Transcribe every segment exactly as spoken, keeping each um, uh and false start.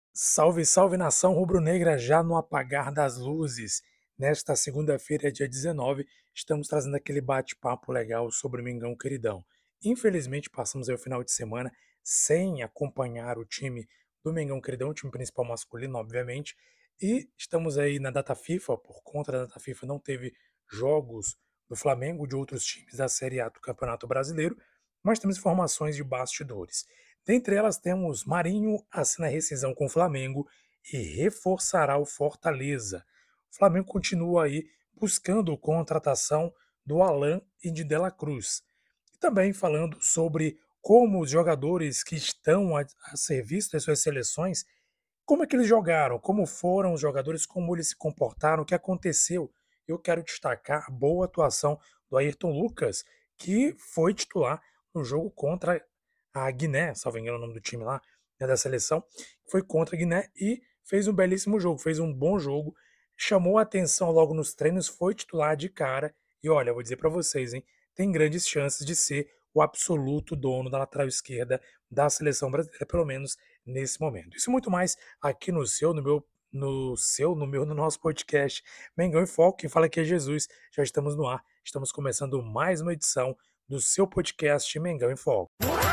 Salve, salve nação rubro-negra, já no apagar das luzes. Nesta segunda-feira, dia dezenove, estamos trazendo aquele bate-papo legal sobre o Mengão queridão. Infelizmente, passamos aí o final de semana sem acompanhar o time do Mengão queridão, o time principal masculino, obviamente, e estamos aí na data FIFA, por conta da data FIFA não teve jogos do Flamengo, de outros times da Série A do Campeonato Brasileiro, mas temos informações de bastidores. Dentre elas temos Marinho assina rescisão com o Flamengo e reforçará o Fortaleza. O Flamengo continua aí buscando contratação do Alan e de Dela Cruz. E também falando sobre como os jogadores que estão a, a serviço das suas seleções, como é que eles jogaram, como foram os jogadores, como eles se comportaram, o que aconteceu. Eu quero destacar a boa atuação do Ayrton Lucas, que foi titular no jogo contra a Guiné, salvo engano o nome do time lá, né, da seleção, foi contra a Guiné e fez um belíssimo jogo, fez um bom jogo, chamou a atenção logo nos treinos, foi titular de cara e olha, vou dizer para vocês, hein, tem grandes chances de ser o absoluto dono da lateral esquerda da seleção brasileira, pelo menos nesse momento. Isso e muito mais aqui no seu, no meu, no seu, no meu, no nosso podcast Mengão em Foco. Quem fala aqui é Jesus. Já estamos no ar. Estamos começando mais uma edição do seu podcast Mengão em Foco.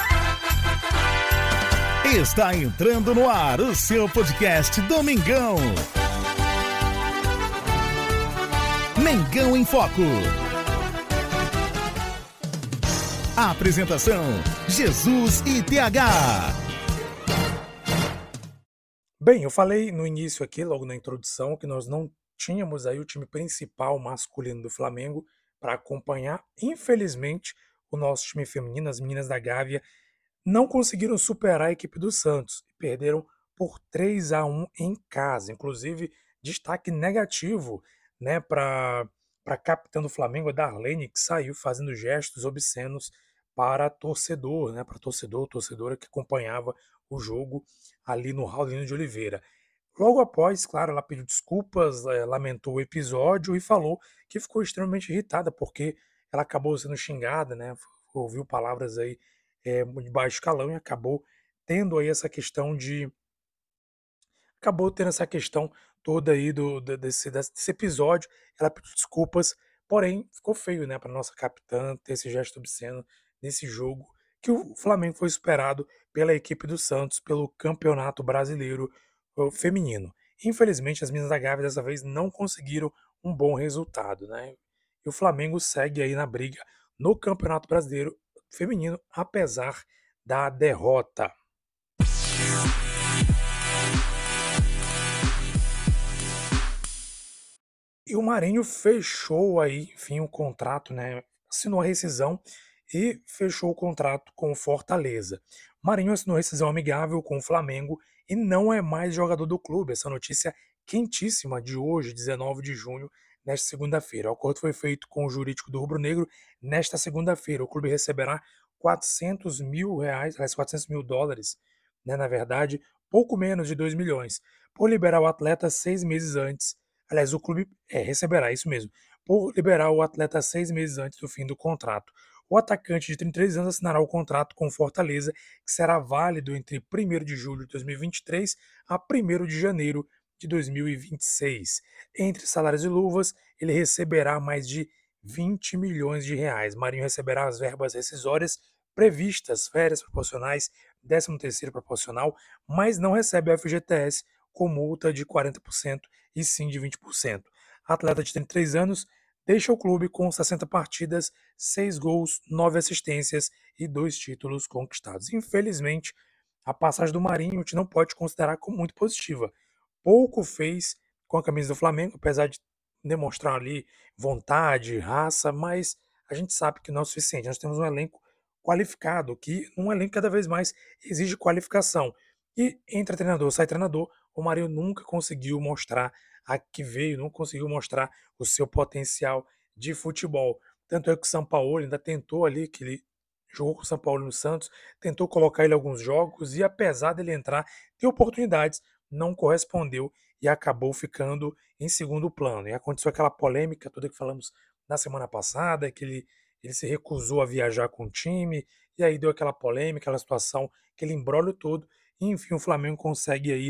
Está entrando no ar o seu podcast Domingão. Mengão em Foco. A apresentação: Jesus e T H. Bem, eu falei no início aqui, logo na introdução, que nós não tínhamos aí o time principal masculino do Flamengo para acompanhar. Infelizmente, o nosso time feminino, as meninas da Gávea, não conseguiram superar a equipe do Santos e perderam por três a um em casa. Inclusive, destaque negativo, né, para a capitã do Flamengo, a Darlene, que saiu fazendo gestos obscenos para torcedor, né, para torcedor, torcedora que acompanhava o jogo ali no Raulino de Oliveira. Logo após, claro, ela pediu desculpas, eh, lamentou o episódio e falou que ficou extremamente irritada porque ela acabou sendo xingada, né? Ouviu palavras aí eh, de baixo escalão e acabou tendo aí essa questão de acabou tendo essa questão toda aí do, do- desse, desse episódio. Ela pediu desculpas, porém ficou feio, né, para nossa capitã ter esse gesto obsceno nesse jogo que o Flamengo foi superado pela equipe do Santos pelo Campeonato Brasileiro eh, Feminino. Infelizmente, as meninas da Gávea dessa vez não conseguiram um bom resultado, né? E o Flamengo segue aí na briga no Campeonato Brasileiro Feminino, apesar da derrota. E o Marinho fechou aí, enfim, o contrato, né? Assinou a rescisão e fechou o contrato com o Fortaleza. O Marinho assinou rescisão amigável com o Flamengo e não é mais jogador do clube. Essa notícia quentíssima de hoje, dezenove de junho, nesta segunda-feira. O acordo foi feito com o jurídico do Rubro Negro. Nesta segunda-feira, o clube receberá quatrocentos mil reais, aliás, quatrocentos mil dólares, né? Na verdade, pouco menos de dois milhões, por liberar o atleta seis meses antes. Aliás, o clube é, receberá isso mesmo, por liberar o atleta seis meses antes do fim do contrato. O atacante de trinta e três anos assinará o contrato com o Fortaleza, que será válido entre primeiro de julho de dois mil e vinte e três a primeiro de janeiro de dois mil e vinte e seis. Entre salários e luvas, ele receberá mais de vinte milhões de reais. Marinho receberá as verbas rescisórias previstas, férias proporcionais, décimo terceiro proporcional, mas não recebe a F G T S com multa de quarenta por cento e sim de vinte por cento. Atleta de trinta e três anos deixa o clube com sessenta partidas, seis gols, nove assistências e dois títulos conquistados. Infelizmente, a passagem do Marinho a gente não pode considerar como muito positiva. Pouco fez com a camisa do Flamengo, apesar de demonstrar ali vontade, raça, mas a gente sabe que não é o suficiente. Nós temos um elenco qualificado, que um elenco cada vez mais exige qualificação. E entra treinador, sai treinador, o Marinho nunca conseguiu mostrar a que veio, não conseguiu mostrar o seu potencial de futebol. Tanto é que o São Paulo ainda tentou ali, que ele jogou com o São Paulo no Santos, tentou colocar ele em alguns jogos e apesar dele entrar, ter oportunidades, não correspondeu e acabou ficando em segundo plano. E aconteceu aquela polêmica toda que falamos na semana passada, que ele, ele se recusou a viajar com o time, e aí deu aquela polêmica, aquela situação, aquele imbróglio todo, e enfim o Flamengo consegue aí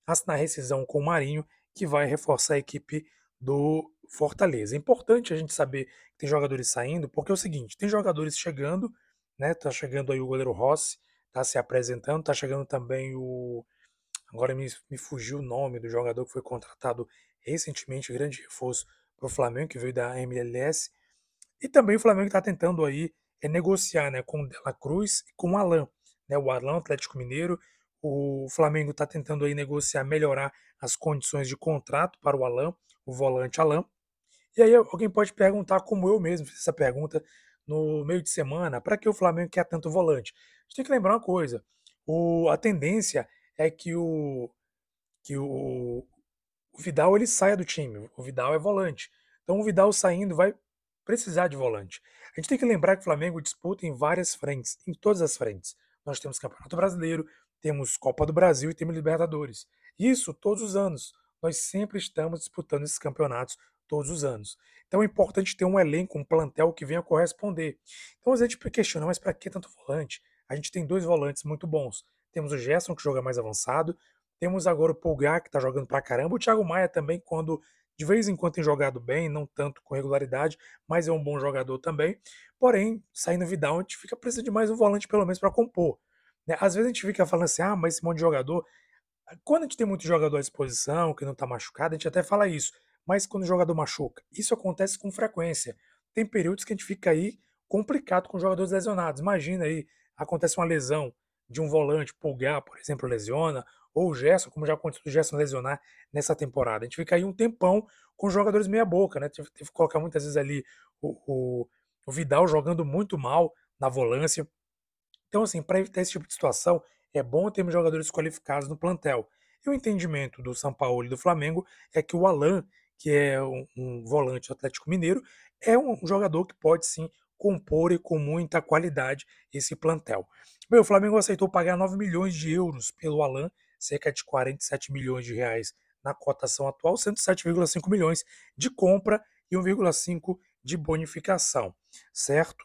assinar rescisão com o Marinho, que vai reforçar a equipe do Fortaleza. É importante a gente saber que tem jogadores saindo, porque é o seguinte, tem jogadores chegando, né? Tá chegando aí o goleiro Rossi, tá se apresentando, tá chegando também o agora me, me fugiu o nome do jogador que foi contratado recentemente, grande reforço para o Flamengo, que veio da M L S. E também o Flamengo está tentando aí é, negociar, né, com o De La Cruz e com o Alan. Né, o Alan, Atlético Mineiro. O Flamengo está tentando aí negociar, melhorar as condições de contrato para o Alan, o volante Alan. E aí alguém pode perguntar, como eu mesmo fiz essa pergunta no meio de semana, para que o Flamengo quer tanto volante? A gente tem que lembrar uma coisa, o, a tendência é que o, que o, o Vidal ele saia do time, o Vidal é volante. Então o Vidal saindo vai precisar de volante. A gente tem que lembrar que o Flamengo disputa em várias frentes, em todas as frentes. Nós temos Campeonato Brasileiro, temos Copa do Brasil e temos Libertadores. Isso todos os anos. Nós sempre estamos disputando esses campeonatos todos os anos. Então é importante ter um elenco, um plantel que venha corresponder. Então às vezes a gente questiona, mas para que tanto volante? A gente tem dois volantes muito bons. Temos o Gerson, que joga mais avançado, temos agora o Pulgar, que está jogando pra caramba. O Thiago Maia também, quando de vez em quando tem jogado bem, não tanto com regularidade, mas é um bom jogador também. Porém, saindo Vidal, a gente fica precisando de mais um volante, pelo menos, para compor. Né? Às vezes a gente fica falando assim, ah, mas esse monte de jogador. Quando a gente tem muito jogador à disposição, que não está machucado, a gente até fala isso. Mas quando o jogador machuca, isso acontece com frequência. Tem períodos que a gente fica aí complicado com jogadores lesionados. Imagina aí, acontece uma lesão de um volante, Pulgar, por exemplo, lesiona, ou o Gerson, como já aconteceu o Gerson lesionar nessa temporada. A gente fica aí um tempão com jogadores meia boca, né? Teve, teve que colocar muitas vezes ali o, o, o Vidal jogando muito mal na volância. Então, assim, para evitar esse tipo de situação, é bom termos jogadores qualificados no plantel. E o entendimento do São Paulo e do Flamengo é que o Alan, que é um, um volante do Atlético Mineiro, é um jogador que pode sim compor e com muita qualidade esse plantel. Bem, o Flamengo aceitou pagar nove milhões de euros pelo Alan, cerca de quarenta e sete milhões de reais na cotação atual, cento e sete vírgula cinco milhões de compra e um vírgula cinco de bonificação, certo?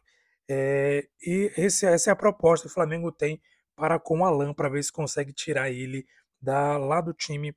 É, e esse, essa é a proposta que o Flamengo tem para com o Alan, para ver se consegue tirar ele da, lá do time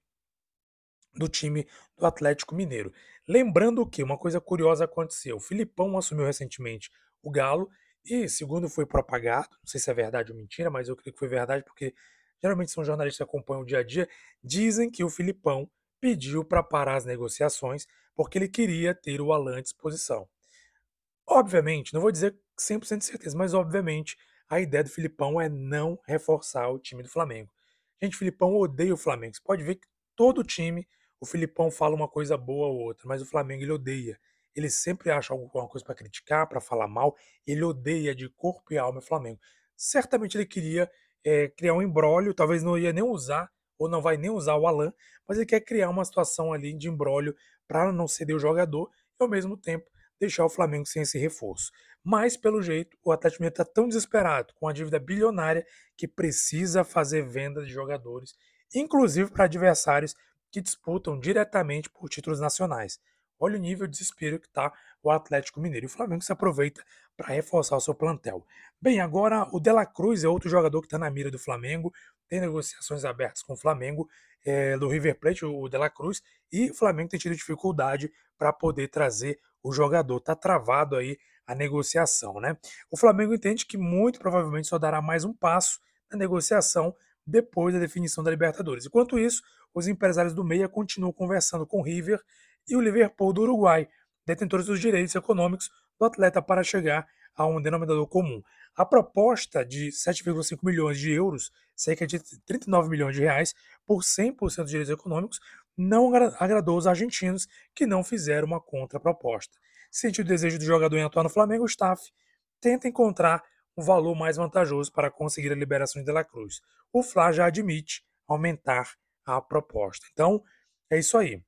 do time do Atlético Mineiro. Lembrando que uma coisa curiosa aconteceu: o Filipão assumiu recentemente o Galo e, segundo foi propagado, não sei se é verdade ou mentira, mas eu creio que foi verdade porque geralmente são jornalistas que acompanham o dia a dia, dizem que o Filipão pediu para parar as negociações porque ele queria ter o Alan à disposição. Obviamente, não vou dizer cem por cento de certeza, mas obviamente a ideia do Filipão é não reforçar o time do Flamengo. Gente, o Filipão odeia o Flamengo. Você pode ver que todo time, o Filipão fala uma coisa boa ou outra, mas o Flamengo ele odeia. Ele sempre acha alguma coisa para criticar, para falar mal. Ele odeia de corpo e alma o Flamengo. Certamente ele queria é, criar um imbróglio, talvez não ia nem usar, ou não vai nem usar o Alan, mas ele quer criar uma situação ali de imbróglio para não ceder o jogador e ao mesmo tempo deixar o Flamengo sem esse reforço. Mas, pelo jeito, o Atlético Mineiro está tão desesperado com a dívida bilionária que precisa fazer venda de jogadores, inclusive para adversários que disputam diretamente por títulos nacionais. Olha o nível de desespero que está o Atlético Mineiro. E o Flamengo se aproveita para reforçar o seu plantel. Bem, agora o De La Cruz é outro jogador que está na mira do Flamengo, tem negociações abertas com o Flamengo, é, do River Plate, o De La Cruz, e o Flamengo tem tido dificuldade para poder trazer o jogador. Está travado aí a negociação, né? O Flamengo entende que muito provavelmente só dará mais um passo na negociação depois da definição da Libertadores. Enquanto isso, os empresários do Meia continuam conversando com o River e o Liverpool do Uruguai, detentores dos direitos econômicos do atleta para chegar a um denominador comum. A proposta de sete vírgula cinco milhões de euros, cerca de trinta e nove milhões de reais, por cem por cento dos direitos econômicos, não agradou os argentinos, que não fizeram uma contraproposta. Sente o desejo do jogador em atuar no Flamengo, o staff tenta encontrar um valor mais vantajoso para conseguir a liberação de De La Cruz. O Fla já admite aumentar a proposta. Então, é isso aí.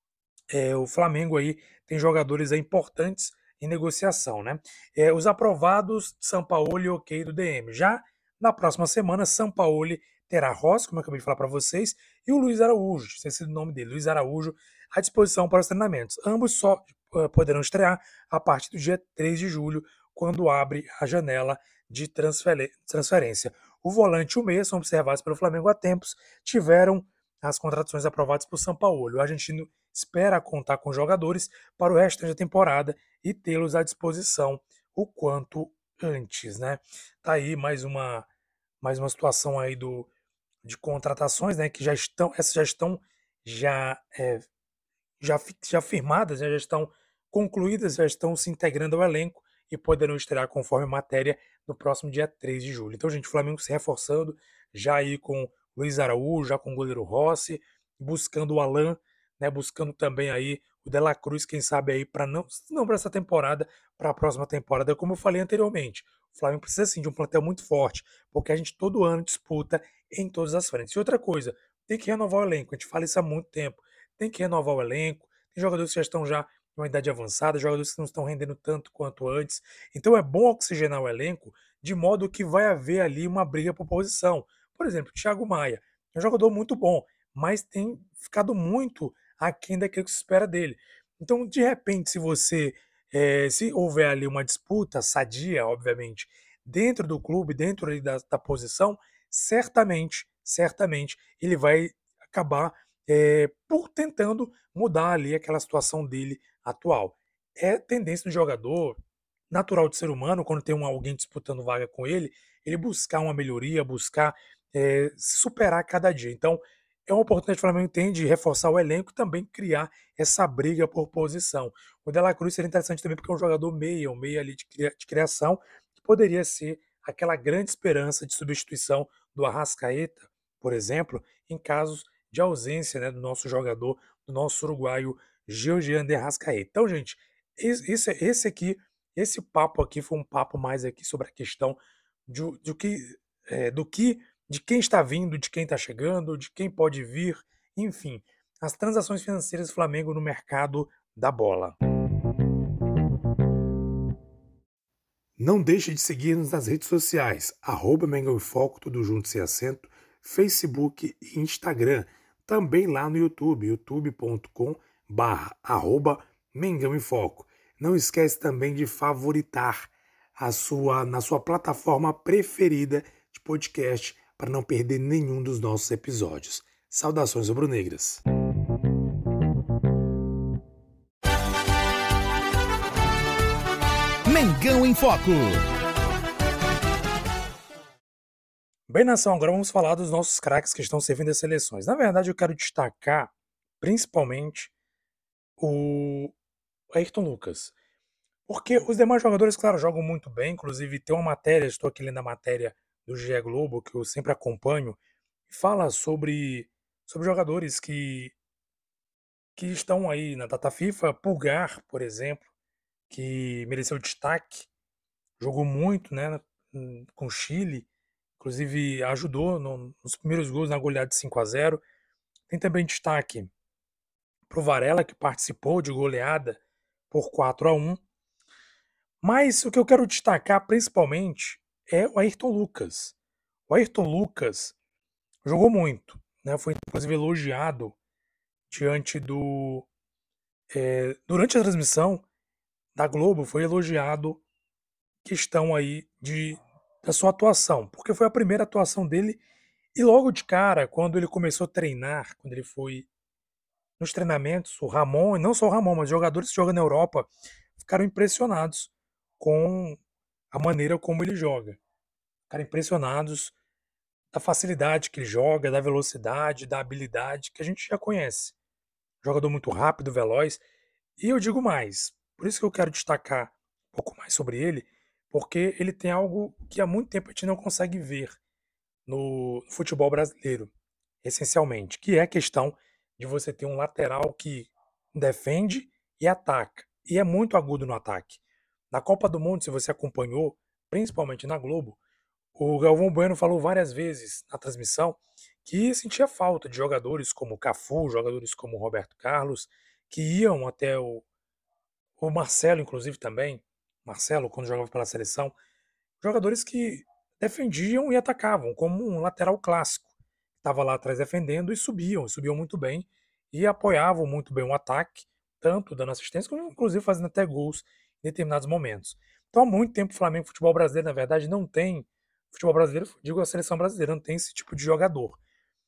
É, o Flamengo aí tem jogadores aí importantes em negociação, né? É, os aprovados, Sampaoli e ok do D M. Já na próxima semana, Sampaoli terá Rossi, como eu acabei de falar para vocês, e o Luiz Araújo, esqueci do nome dele, Luiz Araújo, à disposição para os treinamentos. Ambos só uh, poderão estrear a partir do dia três de julho, quando abre a janela de transferência. O volante e o meia são observados pelo Flamengo há tempos, tiveram as contratações aprovadas por Sampaoli. O argentino espera contar com jogadores para o resto da temporada e tê-los à disposição o quanto antes, né? Tá aí mais uma mais uma situação aí do de contratações, né, que já estão essas já estão já é, já, fi- já firmadas, né, já estão concluídas, já estão se integrando ao elenco e poderão estrear conforme matéria no próximo dia três de julho. Então, gente, o Flamengo se reforçando, já aí com Luiz Araújo, já com o goleiro Rossi, buscando o Alan, né, buscando também aí o De La Cruz, quem sabe aí para não, se não para essa temporada, para a próxima temporada, como eu falei anteriormente. O Flamengo precisa sim de um plantel muito forte, porque a gente todo ano disputa em todas as frentes. E outra coisa, tem que renovar o elenco, a gente fala isso há muito tempo, tem que renovar o elenco, tem jogadores que já estão já em uma idade avançada, jogadores que não estão rendendo tanto quanto antes. Então é bom oxigenar o elenco de modo que vai haver ali uma briga por posição. Por exemplo, o Thiago Maia é um jogador muito bom, mas tem ficado muito aquém daquilo que se espera dele. Então, de repente, se você eh, se houver ali uma disputa sadia, obviamente, dentro do clube, dentro ali da, da posição, certamente, certamente, ele vai acabar eh, por tentando mudar ali aquela situação dele atual. É tendência do jogador, natural de ser humano, quando tem um, alguém disputando vaga com ele, ele buscar uma melhoria, buscar eh, se superar a cada dia. Então, é uma oportunidade que o Flamengo tem de reforçar o elenco e também criar essa briga por posição. O De La Cruz seria interessante também porque é um jogador meia, um meia ali de, cria- de criação, que poderia ser aquela grande esperança de substituição do Arrascaeta, por exemplo, em casos de ausência, né, do nosso jogador, do nosso uruguaio Georgian de Arrascaeta. Então, gente, esse, esse esse aqui, esse papo aqui foi um papo mais aqui sobre a questão de, do que, é, do que, de quem está vindo, de quem está chegando, de quem pode vir, enfim, as transações financeiras do Flamengo no mercado da bola. Não deixe de seguir-nos nas redes sociais, arroba Mengão em Foco, tudo junto sem acento, Facebook e Instagram. Também lá no YouTube, youtube ponto com barra arroba Mengão em Foco. Não esquece também de favoritar a sua, na sua plataforma preferida de podcast para não perder nenhum dos nossos episódios. Saudações rubro-negras. Mengão em Foco. Bem, nação, agora vamos falar dos nossos craques que estão servindo as seleções. Na verdade, eu quero destacar principalmente o Ayrton Lucas. Porque os demais jogadores, claro, jogam muito bem. Inclusive, tem uma matéria, estou aqui lendo a matéria do G E Globo, que eu sempre acompanho, e fala sobre, sobre jogadores que, que estão aí na data FIFA. Pulgar, por exemplo, que mereceu destaque, jogou muito, né, com o Chile, inclusive ajudou no- nos primeiros gols na goleada de cinco a zero. Tem também destaque para o Varela, que participou de goleada por quatro a um. Mas o que eu quero destacar principalmente é o Ayrton Lucas. O Ayrton Lucas jogou muito, né? Foi inclusive elogiado diante do. É, durante a transmissão da Globo, foi elogiado questão aí de, da sua atuação, porque foi a primeira atuação dele e logo de cara, quando ele começou a treinar, quando ele foi nos treinamentos, o Ramon, e não só o Ramon, mas jogadores que jogam na Europa, ficaram impressionados com a maneira como ele joga. Ficaram impressionados da facilidade que ele joga, da velocidade, da habilidade que a gente já conhece. Jogador muito rápido, veloz. E eu digo mais, por isso que eu quero destacar um pouco mais sobre ele, porque ele tem algo que há muito tempo a gente não consegue ver no futebol brasileiro, essencialmente, que é a questão de você ter um lateral que defende e ataca, e é muito agudo no ataque. Na Copa do Mundo, se você acompanhou, principalmente na Globo, o Galvão Bueno falou várias vezes na transmissão que sentia falta de jogadores como Cafu, jogadores como Roberto Carlos, que iam até o, o Marcelo, inclusive também, Marcelo, quando jogava pela seleção, jogadores que defendiam e atacavam, como um lateral clássico. Estava lá atrás defendendo e subiam, subiam muito bem e apoiavam muito bem o ataque, tanto dando assistência, como inclusive fazendo até gols em determinados momentos. Então há muito tempo o Flamengo, futebol brasileiro, na verdade, não tem, futebol brasileiro, digo a seleção brasileira, não tem esse tipo de jogador.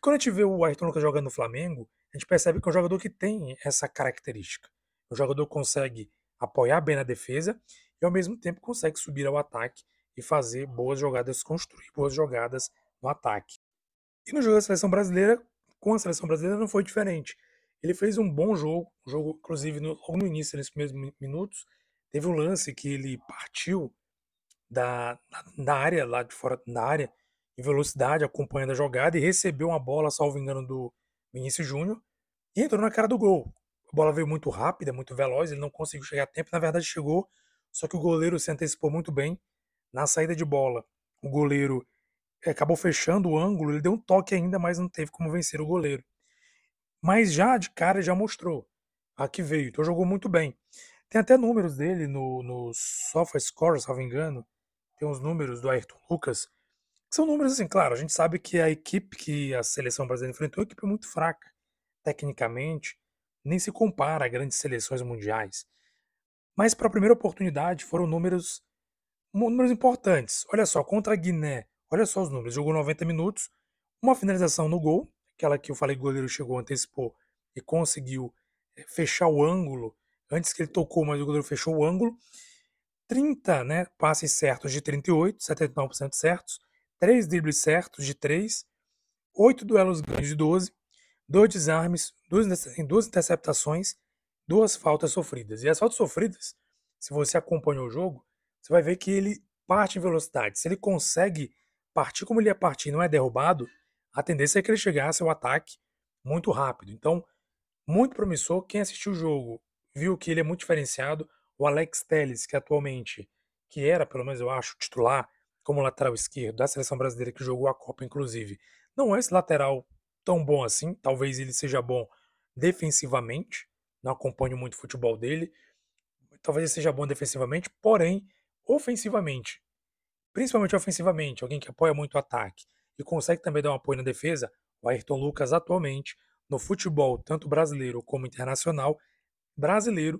quando a gente vê o Ayrton Lucas jogando no Flamengo, a gente percebe que é um jogador que tem essa característica. O jogador consegue apoiar bem na defesa e ao mesmo tempo consegue subir ao ataque e fazer boas jogadas, construir boas jogadas no ataque. E no jogo da seleção brasileira, com a seleção brasileira não foi diferente. Ele fez um bom jogo, um jogo inclusive no, logo no início, nesses primeiros minutos, teve um lance que ele partiu da, da área, lá de fora da área, em velocidade, acompanhando a jogada e recebeu uma bola, salvo engano, do Vinícius Júnior e entrou na cara do gol. A bola veio muito rápida, muito veloz, ele não conseguiu chegar a tempo, na verdade chegou, só que o goleiro se antecipou muito bem na saída de bola. O goleiro acabou fechando o ângulo, ele deu um toque ainda, mas não teve como vencer o goleiro. Mas já de cara já mostrou a que veio, então jogou muito bem. Tem até números dele no, no SofaScore, se não me engano, tem uns números do Ayrton Lucas, que são números assim, claro, a gente sabe que a equipe que a seleção brasileira enfrentou é uma equipe muito fraca, tecnicamente, nem se compara a grandes seleções mundiais. Mas para a primeira oportunidade foram números, números importantes. Olha só, contra a Guiné, olha só os números, jogou noventa minutos, uma finalização no gol, aquela que eu falei que o goleiro chegou, antecipou e conseguiu fechar o ângulo, antes que ele tocou, mas o goleiro fechou o ângulo, trinta né, passes certos de trinta e oito, setenta e nove por cento certos, três dribles certos de três, oito duelos ganhos de doze, dois desarmes, duas, duas interceptações, duas faltas sofridas. E as faltas sofridas, se você acompanhou o jogo, você vai ver que ele parte em velocidade. Se ele consegue partir como ele ia partir e não é derrubado, a tendência é que ele chegasse ao ataque muito rápido. Então, muito promissor. Quem assistiu o jogo viu que ele é muito diferenciado. O Alex Telles, que atualmente, que era, pelo menos eu acho, titular como lateral esquerdo da seleção brasileira, que jogou a Copa, inclusive, não é esse lateral tão bom assim. Talvez ele seja bom defensivamente. Não acompanho muito o futebol dele. Talvez ele seja bom defensivamente, porém, ofensivamente, principalmente ofensivamente, alguém que apoia muito o ataque e consegue também dar um apoio na defesa, o Ayrton Lucas atualmente, no futebol, tanto brasileiro como internacional, brasileiro,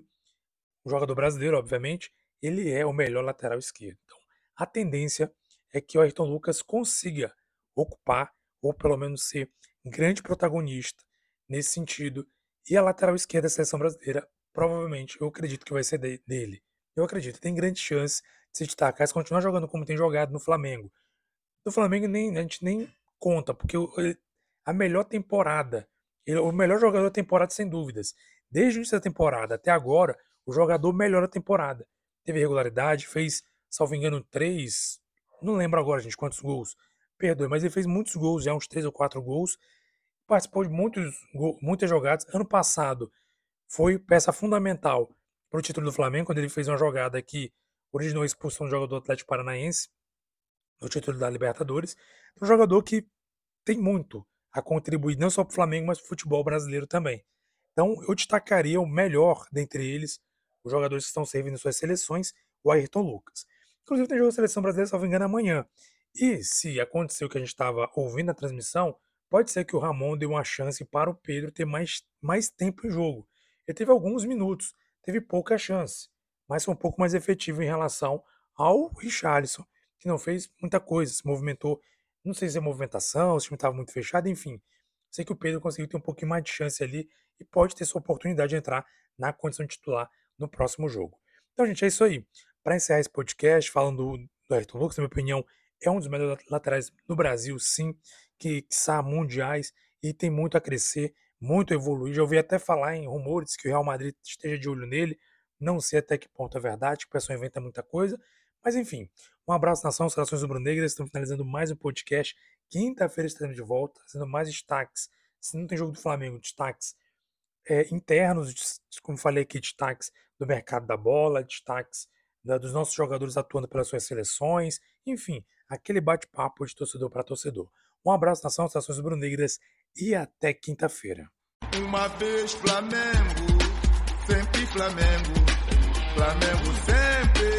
o jogador brasileiro, obviamente, ele é o melhor lateral esquerdo. Então, a tendência é que o Ayrton Lucas consiga ocupar, ou pelo menos ser grande protagonista nesse sentido, e a lateral esquerda da seleção brasileira, provavelmente, eu acredito que vai ser de, dele. Eu acredito, tem grande chance de se destacar, se continuar jogando como tem jogado no Flamengo. No Flamengo nem, a gente nem conta, porque ele, a melhor temporada, ele, o melhor jogador da temporada, sem dúvidas. Desde o início da temporada até agora, o jogador melhor da temporada. Teve regularidade, fez, salvo engano, três, não lembro agora, gente, quantos gols. Perdoe, mas ele fez muitos gols, já uns três ou quatro gols. Participou de muitos, muitas jogadas. Ano passado foi peça fundamental para o título do Flamengo, quando ele fez uma jogada que originou a expulsão do jogador do Atlético Paranaense, no título da Libertadores. Um jogador que tem muito a contribuir, não só para o Flamengo, mas para o futebol brasileiro também. Então, eu destacaria o melhor dentre eles, os jogadores que estão servindo em suas seleções, o Ayrton Lucas. Inclusive, tem jogo da seleção brasileira, se não me engano, amanhã. E se aconteceu o que a gente estava ouvindo na transmissão, pode ser que o Ramon dê uma chance para o Pedro ter mais, mais tempo em jogo. Ele teve alguns minutos, teve pouca chance, mas foi um pouco mais efetivo em relação ao Richarlison, que não fez muita coisa, se movimentou, não sei se é movimentação, se o time estava muito fechado, enfim. Sei que o Pedro conseguiu ter um pouquinho mais de chance ali e pode ter sua oportunidade de entrar na condição de titular no próximo jogo. Então, gente, é isso aí. Para encerrar esse podcast, falando do, do Ayrton Lucas, na minha opinião, é um dos melhores laterais no Brasil, sim, que, que são mundiais e tem muito a crescer, muito a evoluir. Já ouvi até falar em rumores que o Real Madrid esteja de olho nele, não sei até que ponto é verdade, que o pessoal inventa muita coisa, mas enfim, um abraço, nação, saudações rubro-negras. Estamos finalizando mais um podcast. Quinta-feira estaremos de volta, trazendo mais destaques. Se não tem jogo do Flamengo, destaques é, internos, como falei aqui, destaques do mercado da bola, destaques da, dos nossos jogadores atuando pelas suas seleções, enfim, aquele bate-papo de torcedor para torcedor. Um abraço, nação, saudações rubro-negras e até quinta-feira. Uma vez Flamengo, sempre Flamengo, Flamengo sempre.